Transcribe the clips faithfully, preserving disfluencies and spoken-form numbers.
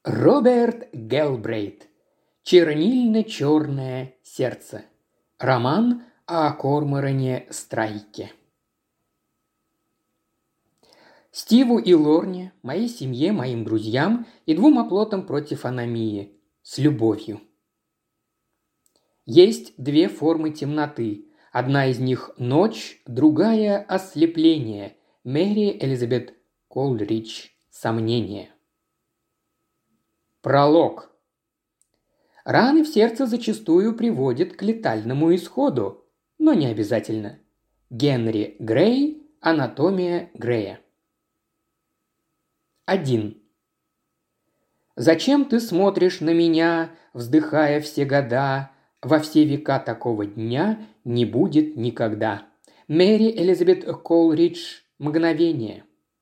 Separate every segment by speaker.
Speaker 1: Роберт Гелбрейт. «Чернильно-черное сердце». Роман о Корморане Страйке. Стиву и Лорне, моей семье, моим друзьям и двум оплотам против аномии. С любовью. Есть две формы темноты. Одна из них – ночь, другая – ослепление. Мэри Элизабет Колридж. Сомнение. Пролог. Раны в сердце зачастую приводят к летальному исходу, но не обязательно. Генри Грей. Анатомия Грея. один. Зачем ты смотришь на меня, вздыхая все года? Во все века такого дня не будет никогда. Мэри Элизабет Колридж. Мгновение.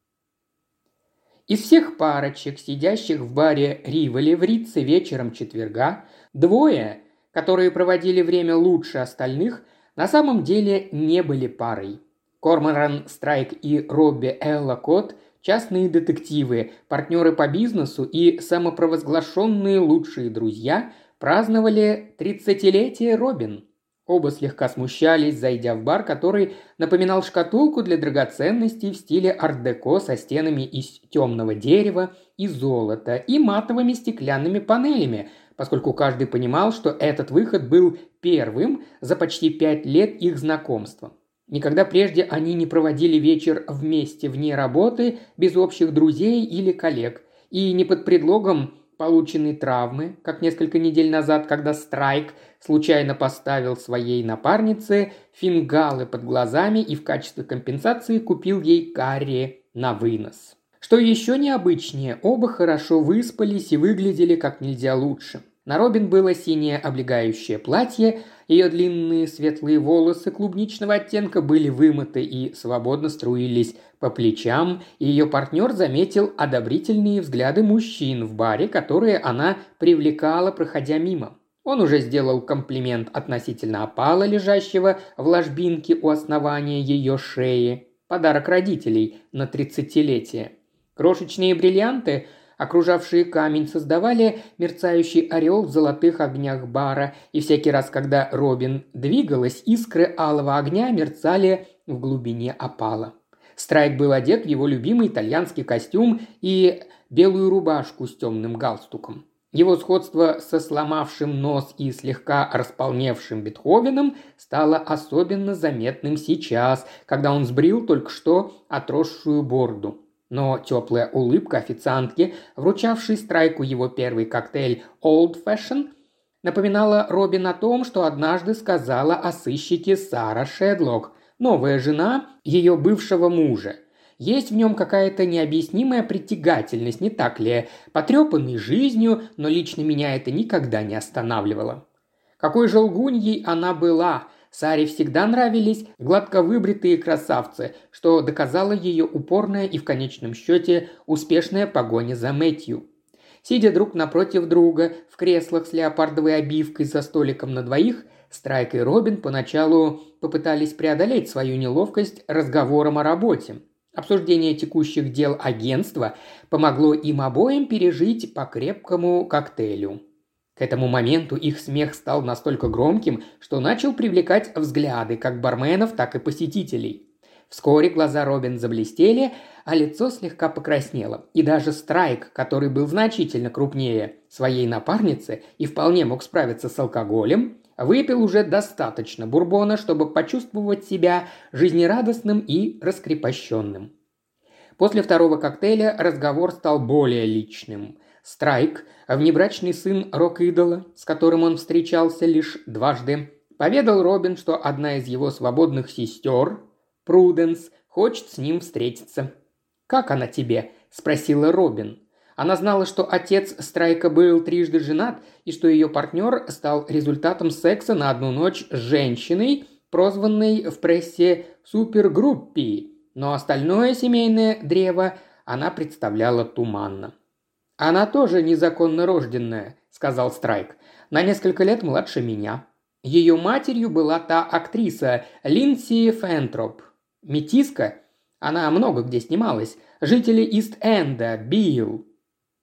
Speaker 1: Из всех парочек, сидящих в баре Риволи в Ритце вечером четверга, двое, которые проводили время лучше остальных, на самом деле не были парой. Корморан Страйк и Робби Эллокотт – частные детективы, партнеры по бизнесу и самопровозглашенные лучшие друзья праздновали тридцатилетие Робин. Оба слегка смущались, зайдя в бар, который напоминал шкатулку для драгоценностей в стиле ар-деко со стенами из темного дерева и золота и матовыми стеклянными панелями, поскольку каждый понимал, что этот выход был первым за почти пять лет их знакомства. Никогда прежде они не проводили вечер вместе вне работы, без общих друзей или коллег, и не под предлогом полученной травмы, как несколько недель назад, когда Страйк случайно поставил своей напарнице фингалы под глазами и в качестве компенсации купил ей карри на вынос. Что еще необычнее, оба хорошо выспались и выглядели как нельзя лучше. На Робин было синее облегающее платье, ее длинные светлые волосы клубничного оттенка были вымыты и свободно струились по плечам, и ее партнер заметил одобрительные взгляды мужчин в баре, которые она привлекала, проходя мимо. Он уже сделал комплимент относительно опала, лежащего в ложбинке у основания ее шеи. Подарок родителей на тридцатилетие. Крошечные бриллианты, окружавшие камень, создавали мерцающий ореол в золотых огнях бара, и всякий раз, когда Робин двигалась, искры алого огня мерцали в глубине опала. Страйк был одет в его любимый итальянский костюм и белую рубашку с темным галстуком. Его сходство со сломавшим нос и слегка располневшим Бетховеном стало особенно заметным сейчас, когда он сбрил только что отросшую бороду. Но теплая улыбка официантки, вручавшей Страйку его первый коктейль Old Fashion, напоминала Робин о том, что однажды сказала о сыщике Сара Шедлок, новая жена ее бывшего мужа. Есть в нем какая-то необъяснимая притягательность, не так ли? Потрепанный жизнью, но лично меня это никогда не останавливало. Какой же лгуньей она была! Саре всегда нравились гладко выбритые красавцы, что доказала ее упорная и в конечном счете успешная погоня за Мэтью. Сидя друг напротив друга в креслах с леопардовой обивкой за столиком на двоих, Страйк и Робин поначалу попытались преодолеть свою неловкость разговором о работе. Обсуждение текущих дел агентства помогло им обоим пережить по крепкому коктейлю. К этому моменту их смех стал настолько громким, что начал привлекать взгляды как барменов, так и посетителей. Вскоре глаза Робин заблестели, а лицо слегка покраснело. И даже Страйк, который был значительно крупнее своей напарницы и вполне мог справиться с алкоголем, выпил уже достаточно бурбона, чтобы почувствовать себя жизнерадостным и раскрепощенным. После второго коктейля разговор стал более личным. Страйк, внебрачный сын рок-идола, с которым он встречался лишь дважды, поведал Робин, что одна из его свободных сестер, Пруденс, хочет с ним встретиться. «Как она тебе?» – спросила Робин. Она знала, что отец Страйка был трижды женат и что ее партнер стал результатом секса на одну ночь с женщиной, прозванной в прессе супергруппией, но остальное семейное древо она представляла туманно. «Она тоже незаконно рожденная», – сказал Страйк, – «на несколько лет младше меня. Ее матерью была та актриса Линдси Фентроп. Метиска, она много где снималась, жители Ист-Энда, Билл».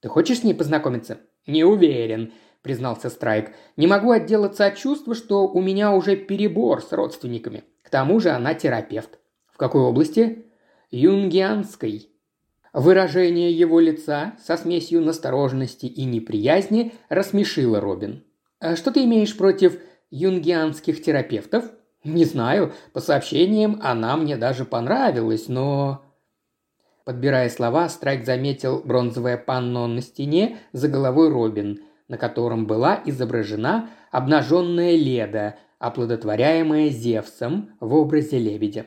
Speaker 1: Ты хочешь с ней познакомиться?» «Не уверен», – признался Страйк. «Не могу отделаться от чувства, что у меня уже перебор с родственниками. К тому же она терапевт». «В какой области?» «Юнгианской». Выражение его лица со смесью настороженности и неприязни рассмешило Робин. «А что ты имеешь против юнгианских терапевтов?» «Не знаю. По сообщениям, она мне даже понравилась, но...» Подбирая слова, Страйк заметил бронзовое панно на стене за головой Робин, на котором была изображена обнаженная Леда, оплодотворяемая Зевсом в образе лебедя.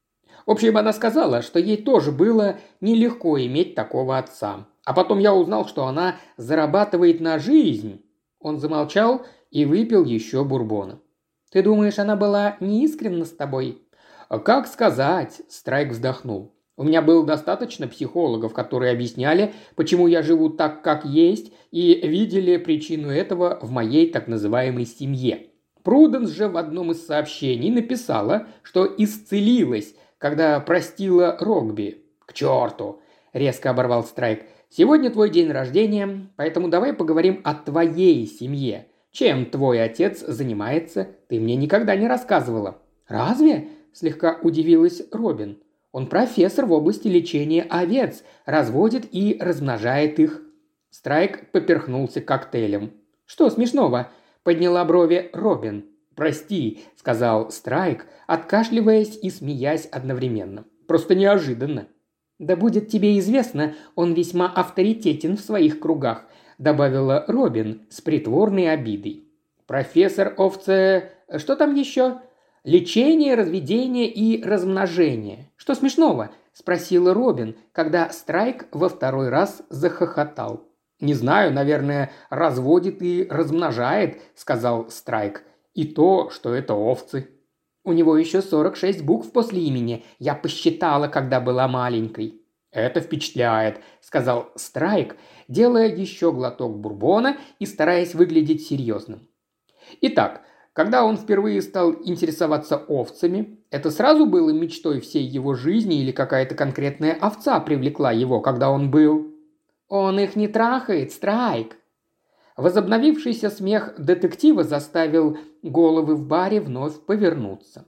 Speaker 1: В общем, она сказала, что ей тоже было нелегко иметь такого отца. А потом я узнал, что она зарабатывает на жизнь. Он замолчал и выпил еще бурбона. «Ты думаешь, она была неискренна с тобой?» «Как сказать?» – Страйк вздохнул. «У меня было достаточно психологов, которые объясняли, почему я живу так, как есть, и видели причину этого в моей так называемой семье. Пруденс же в одном из сообщений написала, что исцелилась, когда простила Рогби». «К черту!» – резко оборвал Страйк. «Сегодня твой день рождения, поэтому давай поговорим о твоей семье. Чем твой отец занимается, ты мне никогда не рассказывала». «Разве?» – слегка удивилась Робин. «Он профессор в области лечения овец, разводит и размножает их». Страйк поперхнулся коктейлем. «Что смешного?» – подняла брови Робин. «Прости», – сказал Страйк, откашливаясь и смеясь одновременно. «Просто неожиданно». «Да будет тебе известно, он весьма авторитетен в своих кругах», – добавила Робин с притворной обидой. «Профессор овце... Что там еще?» «Лечение, разведение и размножение». «Что смешного?» – спросила Робин, когда Страйк во второй раз захохотал. «Не знаю, наверное, разводит и размножает», – сказал Страйк. «И то, что это овцы». «У него еще сорок шесть букв после имени. Я посчитала, когда была маленькой». «Это впечатляет», – сказал Страйк, делая еще глоток бурбона и стараясь выглядеть серьезным. Итак, когда он впервые стал интересоваться овцами, это сразу было мечтой всей его жизни или какая-то конкретная овца привлекла его, когда он был... «Он их не трахает, Страйк!» Возобновившийся смех детектива заставил головы в баре вновь повернуться.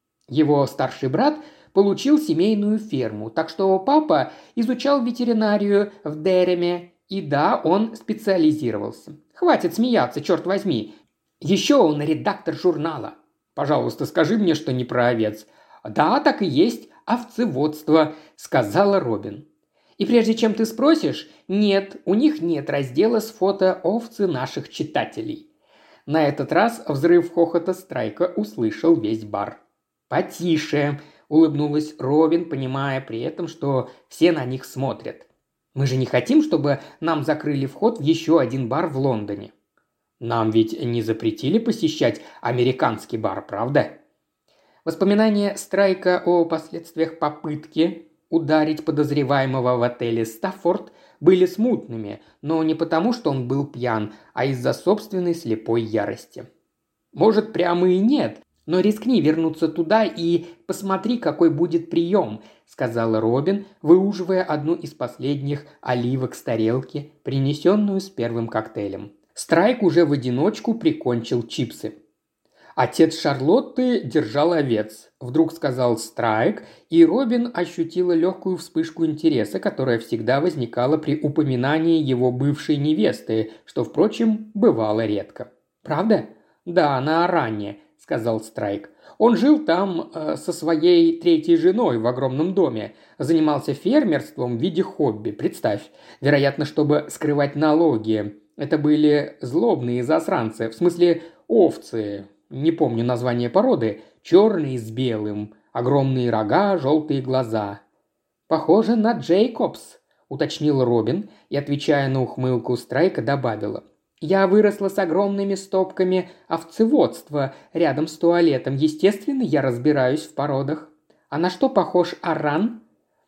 Speaker 1: Его старший брат получил семейную ферму, так что папа изучал ветеринарию в Дереме, и да, он специализировался. Хватит смеяться, черт возьми. Еще он редактор журнала. Пожалуйста, скажи мне, что не про овец. Да, так и есть, овцеводство, сказала Робин. И прежде чем ты спросишь, нет, у них нет раздела с фото овцы наших читателей. На этот раз взрыв хохота Страйка услышал весь бар. «Потише», – улыбнулась Робин, понимая при этом, что все на них смотрят. «Мы же не хотим, чтобы нам закрыли вход в еще один бар в Лондоне». «Нам ведь не запретили посещать американский бар, правда?» Воспоминания Страйка о последствиях попытки ударить подозреваемого в отеле «Стаффорд» были смутными, но не потому, что он был пьян, а из-за собственной слепой ярости. «Может, прямо и нет, но рискни вернуться туда и посмотри, какой будет прием», – сказала Робин, выуживая одну из последних оливок с тарелки, принесенную с первым коктейлем. Страйк уже в одиночку прикончил чипсы. «Отец Шарлотты держал овец», – вдруг сказал Страйк, и Робин ощутила легкую вспышку интереса, которая всегда возникала при упоминании его бывшей невесты, что, впрочем, бывало редко. «Правда?» «Да, на Аране», – сказал Страйк. «Он жил там э, со своей третьей женой в огромном доме, занимался фермерством в виде хобби, представь, вероятно, чтобы скрывать налоги. Это были злобные засранцы, в смысле овцы». Не помню название породы, черный с белым, огромные рога, желтые глаза. «Похоже на Джейкобс», – уточнил Робин и, отвечая на ухмылку Страйка, добавила. «Я выросла с огромными стопками овцеводства рядом с туалетом. Естественно, я разбираюсь в породах. А на что похож Аран?»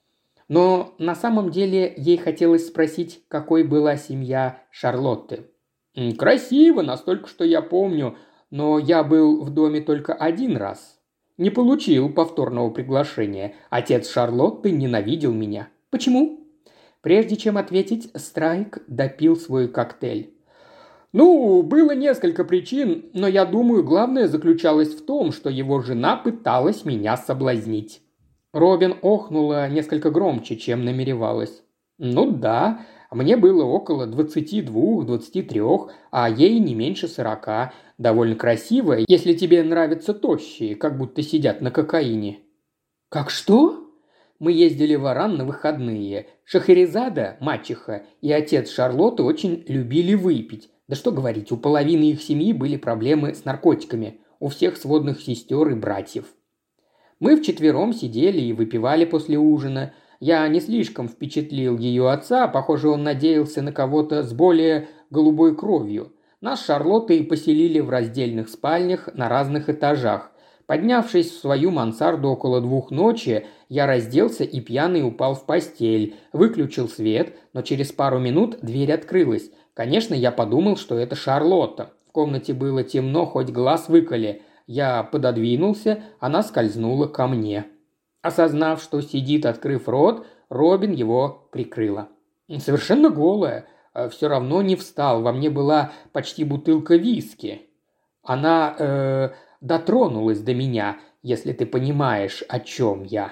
Speaker 1: Но на самом деле ей хотелось спросить, какой была семья Шарлотты. «Красиво, настолько, что я помню. Но я был в доме только один раз. Не получил повторного приглашения. Отец Шарлотты ненавидел меня. Почему?» Прежде чем ответить, Страйк допил свой коктейль. «Ну, было несколько причин, но я думаю, главное заключалось в том, что его жена пыталась меня соблазнить». Робин охнула несколько громче, чем намеревалась. «Ну да, мне было около двадцати двух, двадцати трех, а ей не меньше сорока. Довольно красивая, если тебе нравятся тощие, как будто сидят на кокаине». «Как что?» Мы ездили в Оран на выходные. Шахерезада, мачеха, и отец Шарлотты очень любили выпить. Да что говорить, у половины их семьи были проблемы с наркотиками. У всех сводных сестер и братьев. Мы вчетвером сидели и выпивали после ужина. Я не слишком впечатлил ее отца, похоже, он надеялся на кого-то с более голубой кровью. Нас с Шарлоттой поселили в раздельных спальнях на разных этажах. Поднявшись в свою мансарду около двух ночи, я разделся и пьяный упал в постель, выключил свет, но через пару минут дверь открылась. Конечно, я подумал, что это Шарлотта. В комнате было темно, хоть глаз выколи. Я пододвинулся, она скользнула ко мне. Осознав, что сидит, открыв рот, Робин его прикрыла. Совершенно голая. Все равно не встал, во мне была почти бутылка виски. Она э, дотронулась до меня, если ты понимаешь, о чем я.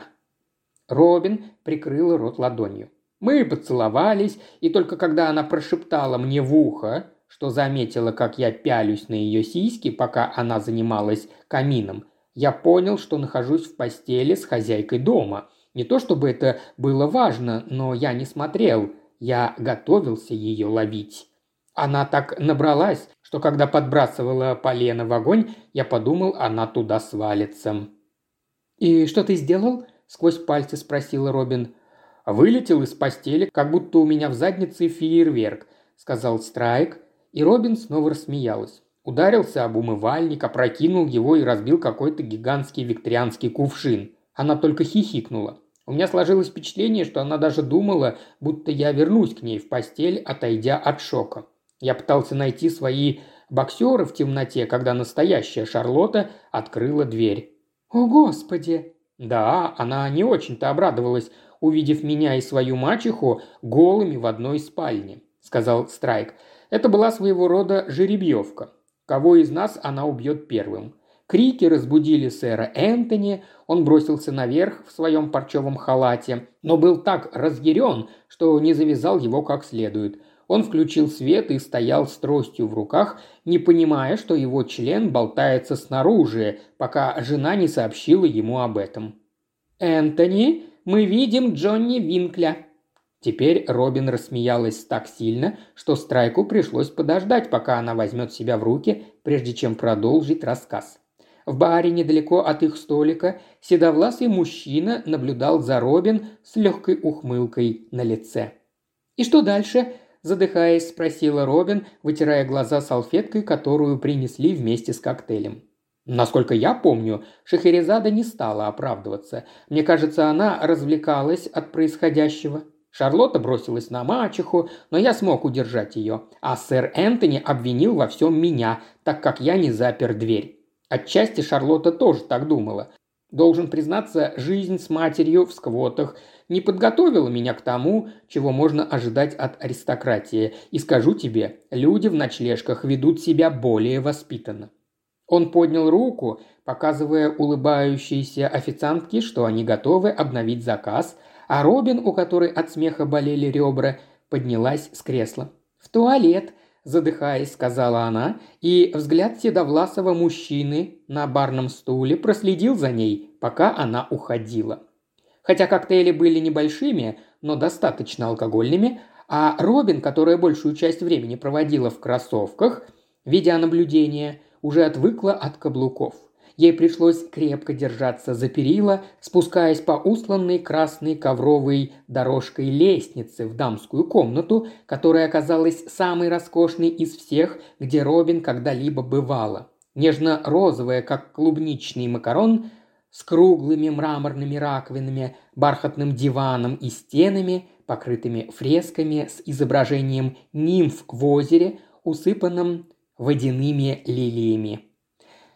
Speaker 1: Робин прикрыла рот ладонью. Мы поцеловались, и только когда она прошептала мне в ухо, что заметила, как я пялюсь на ее сиськи, пока она занималась камином, я понял, что нахожусь в постели с хозяйкой дома. Не то чтобы это было важно, но я не смотрел, я готовился ее ловить. Она так набралась, что когда подбрасывала полено в огонь, я подумал, она туда свалится. «И что ты сделал?» – сквозь пальцы спросила Робин. «Вылетел из постели, как будто у меня в заднице фейерверк», – сказал Страйк, и Робин снова рассмеялась. Ударился об умывальник, опрокинул его и разбил какой-то гигантский викторианский кувшин. Она только хихикнула. У меня сложилось впечатление, что она даже думала, будто я вернусь к ней в постель, отойдя от шока. Я пытался найти свои боксеры в темноте, когда настоящая Шарлотта открыла дверь. «О, Господи!» Да, она не очень-то обрадовалась, увидев меня и свою мачеху голыми в одной спальне, сказал Страйк. Это была своего рода жеребьевка. Кого из нас она убьет первым? Крики разбудили сэра Энтони, он бросился наверх в своем парчевом халате, но был так разъярен, что не завязал его как следует. Он включил свет и стоял с тростью в руках, не понимая, что его член болтается снаружи, пока жена не сообщила ему об этом. «Энтони, мы видим Джонни Винкля». Теперь Робин рассмеялась так сильно, что Страйку пришлось подождать, пока она возьмет себя в руки, прежде чем продолжить рассказ. В баре недалеко от их столика седовласый мужчина наблюдал за Робин с легкой ухмылкой на лице. «И что дальше?» – задыхаясь, спросила Робин, вытирая глаза салфеткой, которую принесли вместе с коктейлем. Насколько я помню, Шахерезада не стала оправдываться. Мне кажется, она развлекалась от происходящего. Шарлотта бросилась на мачеху, но я смог удержать ее, а сэр Энтони обвинил во всем меня, так как я не запер дверь. Отчасти Шарлотта тоже так думала. Должен признаться, жизнь с матерью в сквотах не подготовила меня к тому, чего можно ожидать от аристократии. И скажу тебе, люди в ночлежках ведут себя более воспитанно. Он поднял руку, показывая улыбающейся официантке, что они готовы обновить заказ, а Робин, у которой от смеха болели ребра, поднялась с кресла. «В туалет», – задыхаясь, сказала она, и взгляд седовласого мужчины на барном стуле проследил за ней, пока она уходила. Хотя коктейли были небольшими, но достаточно алкогольными, а Робин, которая большую часть времени проводила в кроссовках, ведя наблюдение, уже отвыкла от каблуков. Ей пришлось крепко держаться за перила, спускаясь по устланной красной ковровой дорожкой лестнице в дамскую комнату, которая оказалась самой роскошной из всех, где Робин когда-либо бывала. Нежно-розовая, как клубничный макарон, с круглыми мраморными раковинами, бархатным диваном и стенами, покрытыми фресками с изображением нимф в озере, усыпанном водяными лилиями.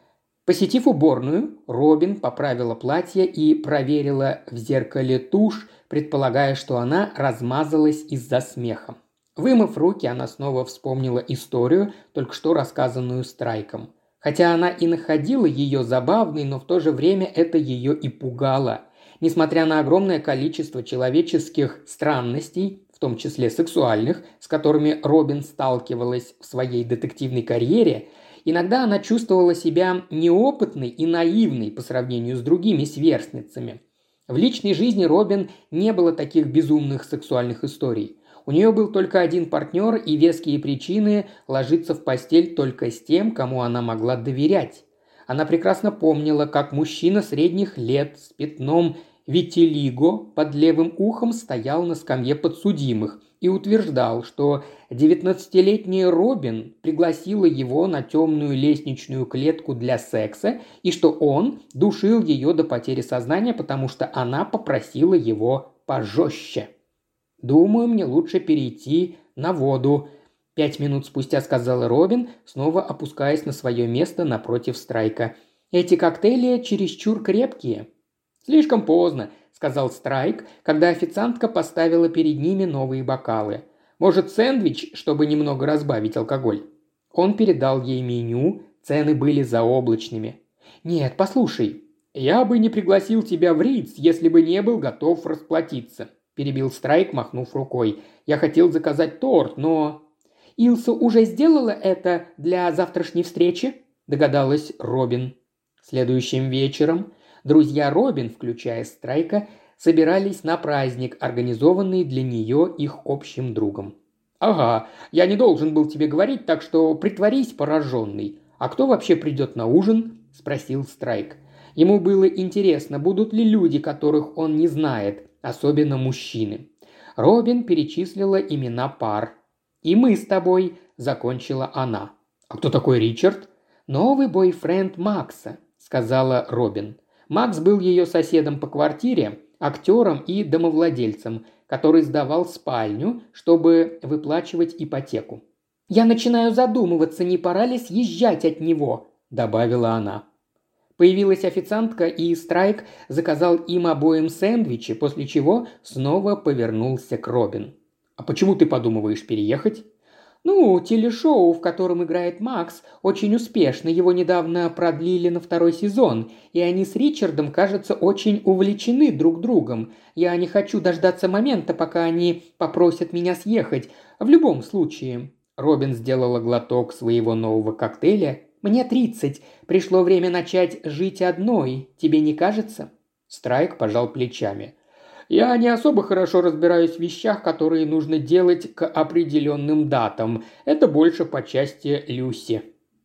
Speaker 1: Посетив уборную, Робин поправила платье и проверила в зеркале тушь, предполагая, что она размазалась из-за смеха. Вымыв руки, она снова вспомнила историю, только что рассказанную Страйком. Хотя она и находила ее забавной, но в то же время это ее и пугало. Несмотря на огромное количество человеческих странностей, в том числе сексуальных, с которыми Робин сталкивалась в своей детективной карьере, иногда она чувствовала себя неопытной и наивной по сравнению с другими сверстницами. В личной жизни Робин не было таких безумных сексуальных историй. У нее был только один партнер и веские причины ложиться в постель только с тем, кому она могла доверять. Она прекрасно помнила, как мужчина средних лет с пятном витилиго под левым ухом стоял на скамье подсудимых и утверждал, что девятнадцатилетняя Робин пригласила его на темную лестничную клетку для секса и что он душил ее до потери сознания, потому что она попросила его пожестче. «Думаю, мне лучше перейти на воду», – пять минут спустя сказала Робин, снова опускаясь на свое место напротив Страйка. «Эти коктейли чересчур крепкие». «Слишком поздно», – сказал Страйк, когда официантка поставила перед ними новые бокалы. «Может, сэндвич, чтобы немного разбавить алкоголь?» Он передал ей меню, цены были заоблачными. «Нет, послушай, я бы не пригласил тебя в Риц, если бы не был готов расплатиться», – перебил Страйк, махнув рукой. «Я хотел заказать торт, но...» «Илса уже сделала это для завтрашней встречи?» – догадалась Робин. Следующим вечером друзья Робин, включая Страйка, собирались на праздник, организованный для нее их общим другом. «Ага, я не должен был тебе говорить, так что притворись пораженный. А кто вообще придет на ужин?» – спросил Страйк. Ему было интересно, будут ли люди, которых он не знает, особенно мужчины. Робин перечислила имена пар. «И мы с тобой», – закончила она. «А кто такой Ричард?» «Новый бойфренд Макса», – сказала Робин. Макс был ее соседом по квартире, актером и домовладельцем, который сдавал спальню, чтобы выплачивать ипотеку. «Я начинаю задумываться, не пора ли съезжать от него», – добавила она. Появилась официантка, и Страйк заказал им обоим сэндвичи, после чего снова повернулся к Робин. «А почему ты подумываешь переехать?» «Ну, телешоу, в котором играет Макс, очень успешно. Его недавно продлили на второй сезон, и они с Ричардом, кажется, очень увлечены друг другом. Я не хочу дождаться момента, пока они попросят меня съехать. В любом случае...» Робин сделала глоток своего нового коктейля. «Мне тридцать. Пришло время начать жить одной. Тебе не кажется?» Страйк пожал плечами. «Я не особо хорошо разбираюсь в вещах, которые нужно делать к определенным датам. Это больше по части Люси».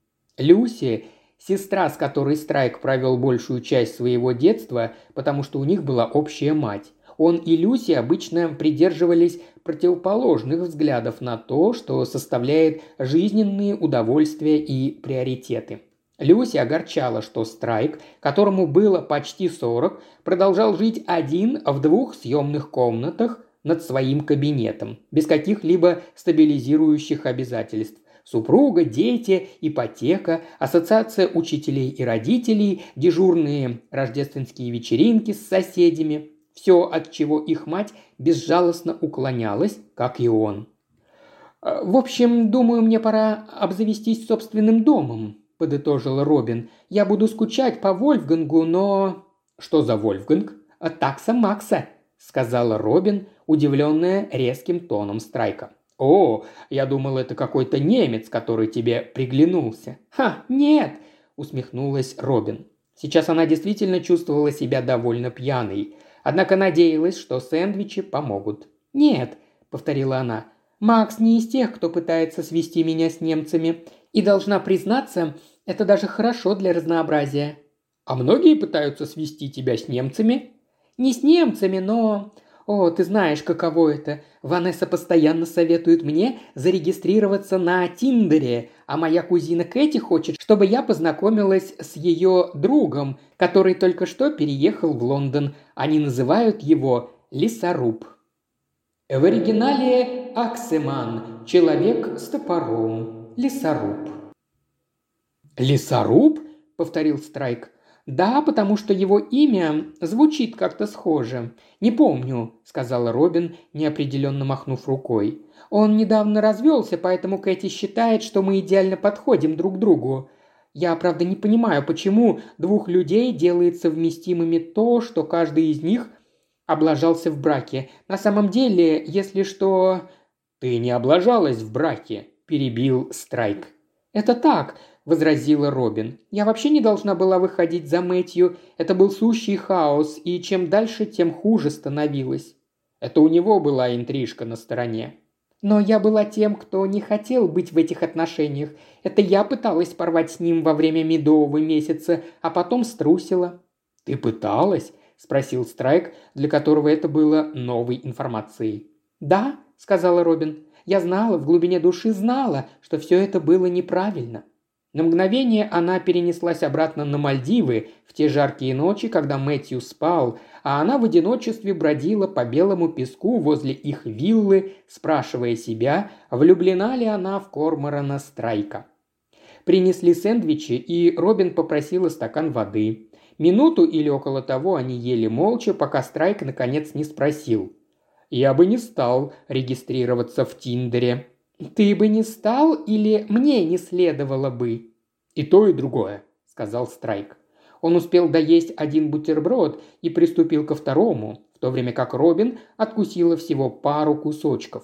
Speaker 1: Люси – сестра, с которой Страйк провел большую часть своего детства, потому что у них была общая мать. Он и Люси обычно придерживались противоположных взглядов на то, что составляет жизненные удовольствия и приоритеты. Люси огорчала, что Страйк, которому было почти сорок, продолжал жить один в двух съемных комнатах над своим кабинетом, без каких-либо стабилизирующих обязательств. Супруга, дети, ипотека, ассоциация учителей и родителей, дежурные рождественские вечеринки с соседями – все, от чего их мать безжалостно уклонялась, как и он. «В общем, думаю, мне пора обзавестись собственным домом», – подытожила Робин. «Я буду скучать по Вольфгангу, но...» «Что за Вольфганг?» «Такса Макса», – сказала Робин, удивленная резким тоном Страйка. «О, я думал, это какой-то немец, который тебе приглянулся». «Ха, нет», – усмехнулась Робин. Сейчас она действительно чувствовала себя довольно пьяной. Однако надеялась, что сэндвичи помогут. «Нет», – повторила она, – «Макс не из тех, кто пытается свести меня с немцами. И должна признаться, это даже хорошо для разнообразия». «А многие пытаются свести тебя с немцами?» «Не с немцами, но...» «О, ты знаешь, каково это. Ванесса постоянно советует мне зарегистрироваться на Тиндере, а моя кузина Кэти хочет, чтобы я познакомилась с ее другом, который только что переехал в Лондон. Они называют его Лесоруб». В оригинале «Аксеман» – человек с топором. Лесоруб. «Лесоруб?» – повторил Страйк. «Да, потому что его имя звучит как-то схоже. Не помню», – сказала Робин, неопределенно махнув рукой. «Он недавно развелся, поэтому Кэти считает, что мы идеально подходим друг к другу. Я, правда, не понимаю, почему двух людей делает совместимыми то, что каждый из них облажался в браке. На самом деле, если что...» «Ты не облажалась в браке», – перебил Страйк. «Это так», – возразила Робин. «Я вообще не должна была выходить за Мэтью. Это был сущий хаос, и чем дальше, тем хуже становилось». «Это у него была интрижка на стороне». «Но я была тем, кто не хотел быть в этих отношениях. Это я пыталась порвать с ним во время медового месяца, а потом струсила». «Ты пыталась?» – спросил Страйк, для которого это было новой информацией. «Да», – сказала Робин. «Я знала, в глубине души знала, что все это было неправильно». На мгновение она перенеслась обратно на Мальдивы в те жаркие ночи, когда Мэтью спал, а она в одиночестве бродила по белому песку возле их виллы, спрашивая себя, влюблена ли она в Корморана Страйка. Принесли сэндвичи, и Робин попросила стакан воды. Минуту или около того они ели молча, пока Страйк наконец не спросил. «Я бы не стал регистрироваться в Тиндере». «Ты бы не стал или мне не следовало бы?» «И то, и другое», – сказал Страйк. Он успел доесть один бутерброд и приступил ко второму, в то время как Робин откусила всего пару кусочков.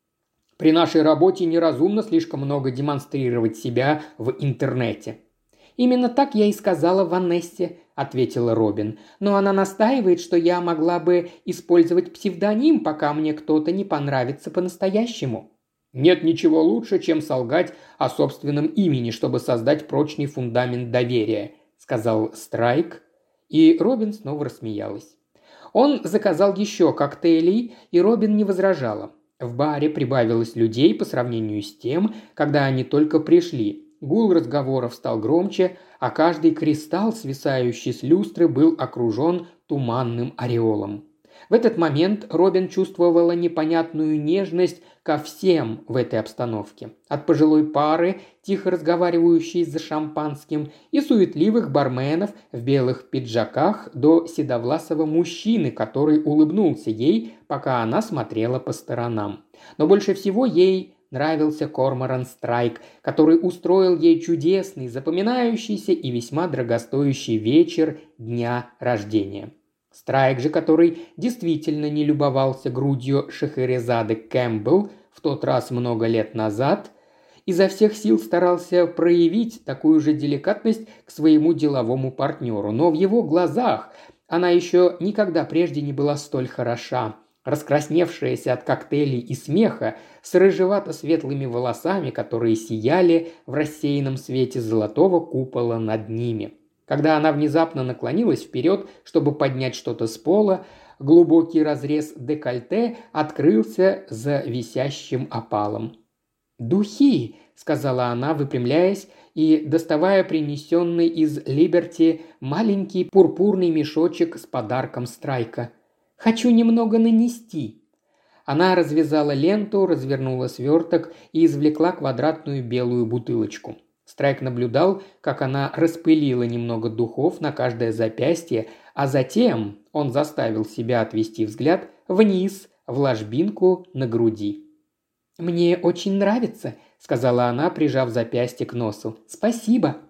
Speaker 1: «При нашей работе неразумно слишком много демонстрировать себя в интернете». «Именно так я и сказала Ванессе», – ответила Робин. «Но она настаивает, что я могла бы использовать псевдоним, пока мне кто-то не понравится по-настоящему». «Нет ничего лучше, чем солгать о собственном имени, чтобы создать прочный фундамент доверия», – сказал Страйк, и Робин снова рассмеялась. Он заказал еще коктейлей, и Робин не возражала. В баре прибавилось людей по сравнению с тем, когда они только пришли. Гул разговоров стал громче, а каждый кристалл, свисающий с люстры, был окружен туманным ореолом. В этот момент Робин чувствовала непонятную нежность ко всем в этой обстановке. От пожилой пары, тихо разговаривающей за шампанским, и суетливых барменов в белых пиджаках до седовласого мужчины, который улыбнулся ей, пока она смотрела по сторонам. Но больше всего ей нравился Корморан Страйк, который устроил ей чудесный, запоминающийся и весьма дорогостоящий вечер дня рождения. Страйк же, который действительно не любовался грудью Шахерезады Кэмпбелл в тот раз много лет назад, изо всех сил старался проявить такую же деликатность к своему деловому партнеру, но в его глазах она еще никогда прежде не была столь хороша. Раскрасневшаяся от коктейлей и смеха, с рыжевато-светлыми волосами, которые сияли в рассеянном свете золотого купола над ними. Когда она внезапно наклонилась вперед, чтобы поднять что-то с пола, глубокий разрез декольте открылся за висящим опалом. «Духи!» – сказала она, выпрямляясь и доставая принесенный из Либерти маленький пурпурный мешочек с подарком Страйка. «Хочу немного нанести». Она развязала ленту, развернула сверток и извлекла квадратную белую бутылочку. Страйк наблюдал, как она распылила немного духов на каждое запястье, а затем он заставил себя отвести взгляд вниз, в ложбинку на груди. «Мне очень нравится», – сказала она, прижав запястье к носу. «Спасибо».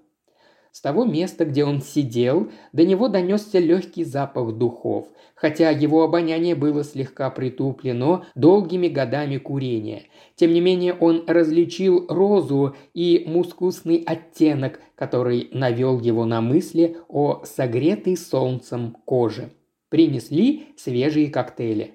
Speaker 1: С того места, где он сидел, до него донесся легкий запах духов, хотя его обоняние было слегка притуплено долгими годами курения. Тем не менее он различил розу и мускусный оттенок, который навел его на мысли о согретой солнцем коже. Принесли свежие коктейли.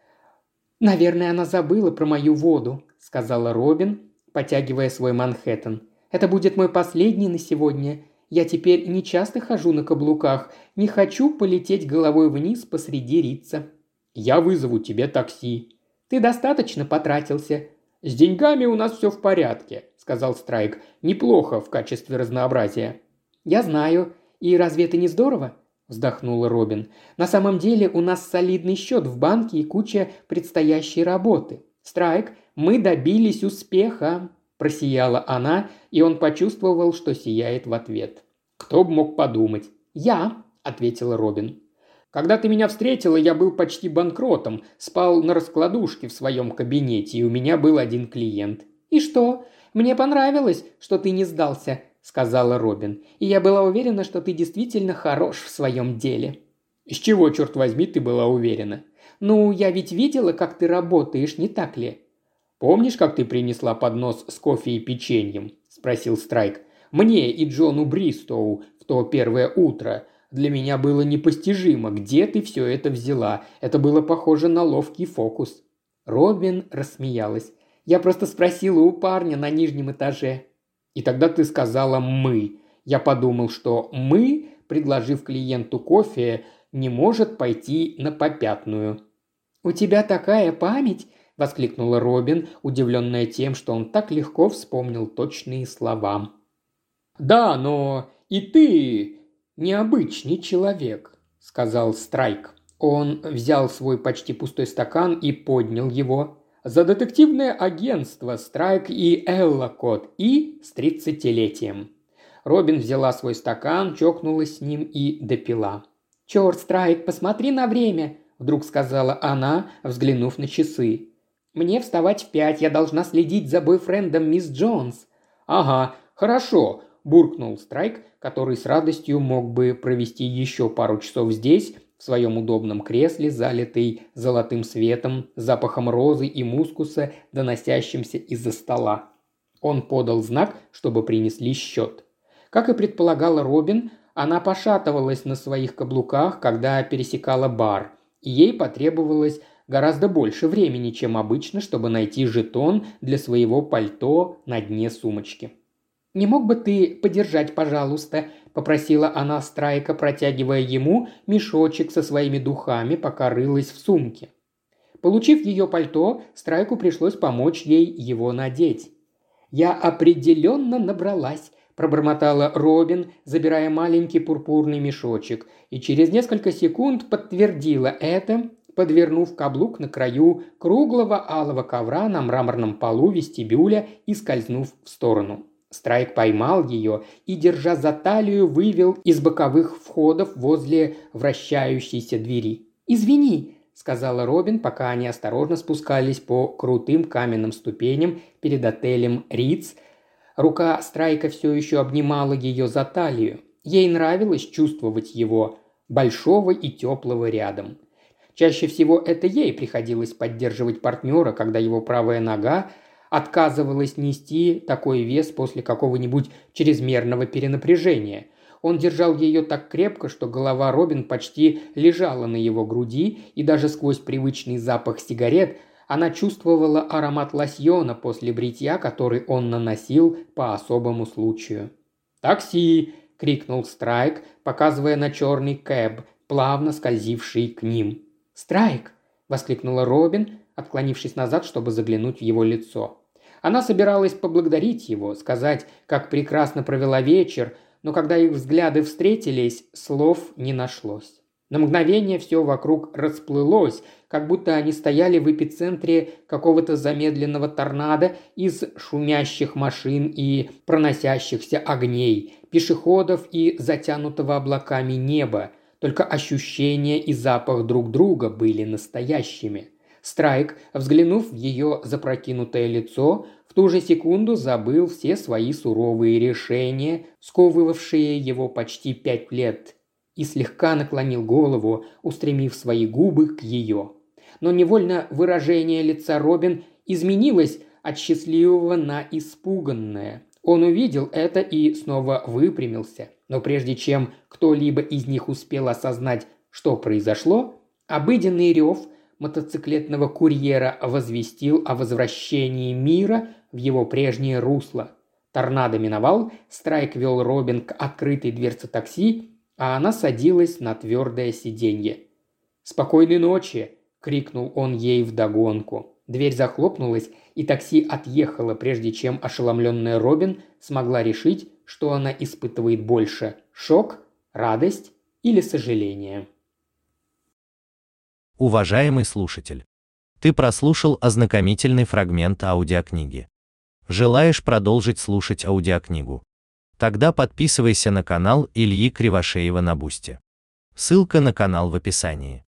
Speaker 1: «Наверное, она забыла про мою воду», – сказала Робин, потягивая свой Манхэттен. «Это будет мой последний на сегодня. Я теперь не часто хожу на каблуках, не хочу полететь головой вниз посреди рица». «Я вызову тебе такси». «Ты достаточно потратился». «С деньгами у нас все в порядке», – сказал Страйк. «Неплохо в качестве разнообразия». «Я знаю. И разве это не здорово?» – вздохнула Робин. «На самом деле у нас солидный счет в банке и куча предстоящей работы. Страйк, мы добились успеха», – просияла она, и он почувствовал, что сияет в ответ. «Кто бы мог подумать?» «Я», – ответила Робин. «Когда ты меня встретила, я был почти банкротом, спал на раскладушке в своем кабинете, и у меня был один клиент». «И что? Мне понравилось, что ты не сдался», – сказала Робин. «И я была уверена, что ты действительно хорош в своем деле». «Из чего, черт возьми, ты была уверена?» «Ну, я ведь видела, как ты работаешь, не так ли?» «Помнишь, как ты принесла поднос с кофе и печеньем?» – спросил Страйк. «Мне и Джону Бристоу в то первое утро. Для меня было непостижимо, где ты все это взяла. Это было похоже на ловкий фокус». Робин рассмеялась. «Я просто спросила у парня на нижнем этаже». «И тогда ты сказала «мы». Я подумал, что «мы», предложив клиенту кофе, не может пойти на попятную». «У тебя такая память!» – воскликнула Робин, удивленная тем, что он так легко вспомнил точные слова. «Да, но и ты необычный человек», – сказал Страйк. Он взял свой почти пустой стакан и поднял его. «За детективное агентство Страйк и Эллокот и с тридцатилетием». Робин взяла свой стакан, чокнулась с ним и допила. «Черт, Страйк, посмотри на время!» – вдруг сказала она, взглянув на часы. «Мне вставать в пять, я должна следить за бойфрендом мисс Джонс». «Ага, хорошо», – буркнул Страйк, который с радостью мог бы провести еще пару часов здесь, в своем удобном кресле, залитый золотым светом, запахом розы и мускуса, доносящимся из-за стола. Он подал знак, чтобы принесли счет. Как и предполагала Робин, она пошатывалась на своих каблуках, когда пересекала бар, и ей потребовалось гораздо больше времени, чем обычно, чтобы найти жетон для своего пальто на дне сумочки. «Не мог бы ты подержать, пожалуйста?» – попросила она Страйка, протягивая ему мешочек со своими духами, пока рылась в сумке. Получив ее пальто, Страйку пришлось помочь ей его надеть. «Я определенно набралась», – пробормотала Робин, забирая маленький пурпурный мешочек, и через несколько секунд подтвердила это, подвернув каблук на краю круглого алого ковра на мраморном полу вестибюля и скользнув в сторону. Страйк поймал ее и, держа за талию, вывел из боковых входов возле вращающейся двери. «Извини», – сказала Робин, пока они осторожно спускались по крутым каменным ступеням перед отелем «Риц». Рука Страйка все еще обнимала ее за талию. Ей нравилось чувствовать его, большого и теплого рядом. Чаще всего это ей приходилось поддерживать партнера, когда его правая нога отказывалась нести такой вес после какого-нибудь чрезмерного перенапряжения. Он держал ее так крепко, что голова Робин почти лежала на его груди, и даже сквозь привычный запах сигарет она чувствовала аромат лосьона после бритья, который он наносил по особому случаю. «Такси!» – крикнул Страйк, показывая на черный кэб, плавно скользивший к ним. «Страйк!» – воскликнула Робин, отклонившись назад, чтобы заглянуть в его лицо. Она собиралась поблагодарить его, сказать, как прекрасно провела вечер, но когда их взгляды встретились, слов не нашлось. На мгновение все вокруг расплылось, как будто они стояли в эпицентре какого-то замедленного торнадо из шумящих машин и проносящихся огней, пешеходов и затянутого облаками неба. Только ощущения и запах друг друга были настоящими. Страйк, взглянув в ее запрокинутое лицо, в ту же секунду забыл все свои суровые решения, сковывавшие его почти пять лет, и слегка наклонил голову, устремив свои губы к ее. Но невольно выражение лица Робин изменилось от счастливого на испуганное. Он увидел это и снова выпрямился. Но прежде чем кто-либо из них успел осознать, что произошло, обыденный рев мотоциклетного курьера возвестил о возвращении мира в его прежнее русло. Торнадо миновал, Страйк вел Робин к открытой дверце такси, а она садилась на твердое сиденье. «Спокойной ночи!» – крикнул он ей вдогонку. Дверь захлопнулась, и такси отъехало, прежде чем ошеломленная Робин смогла решить, что она испытывает больше – шок, радость или сожаление.
Speaker 2: Уважаемый слушатель, ты прослушал ознакомительный фрагмент аудиокниги. Желаешь продолжить слушать аудиокнигу? Тогда подписывайся на канал Ильи Кривошеева на Бусти. Ссылка на канал в описании.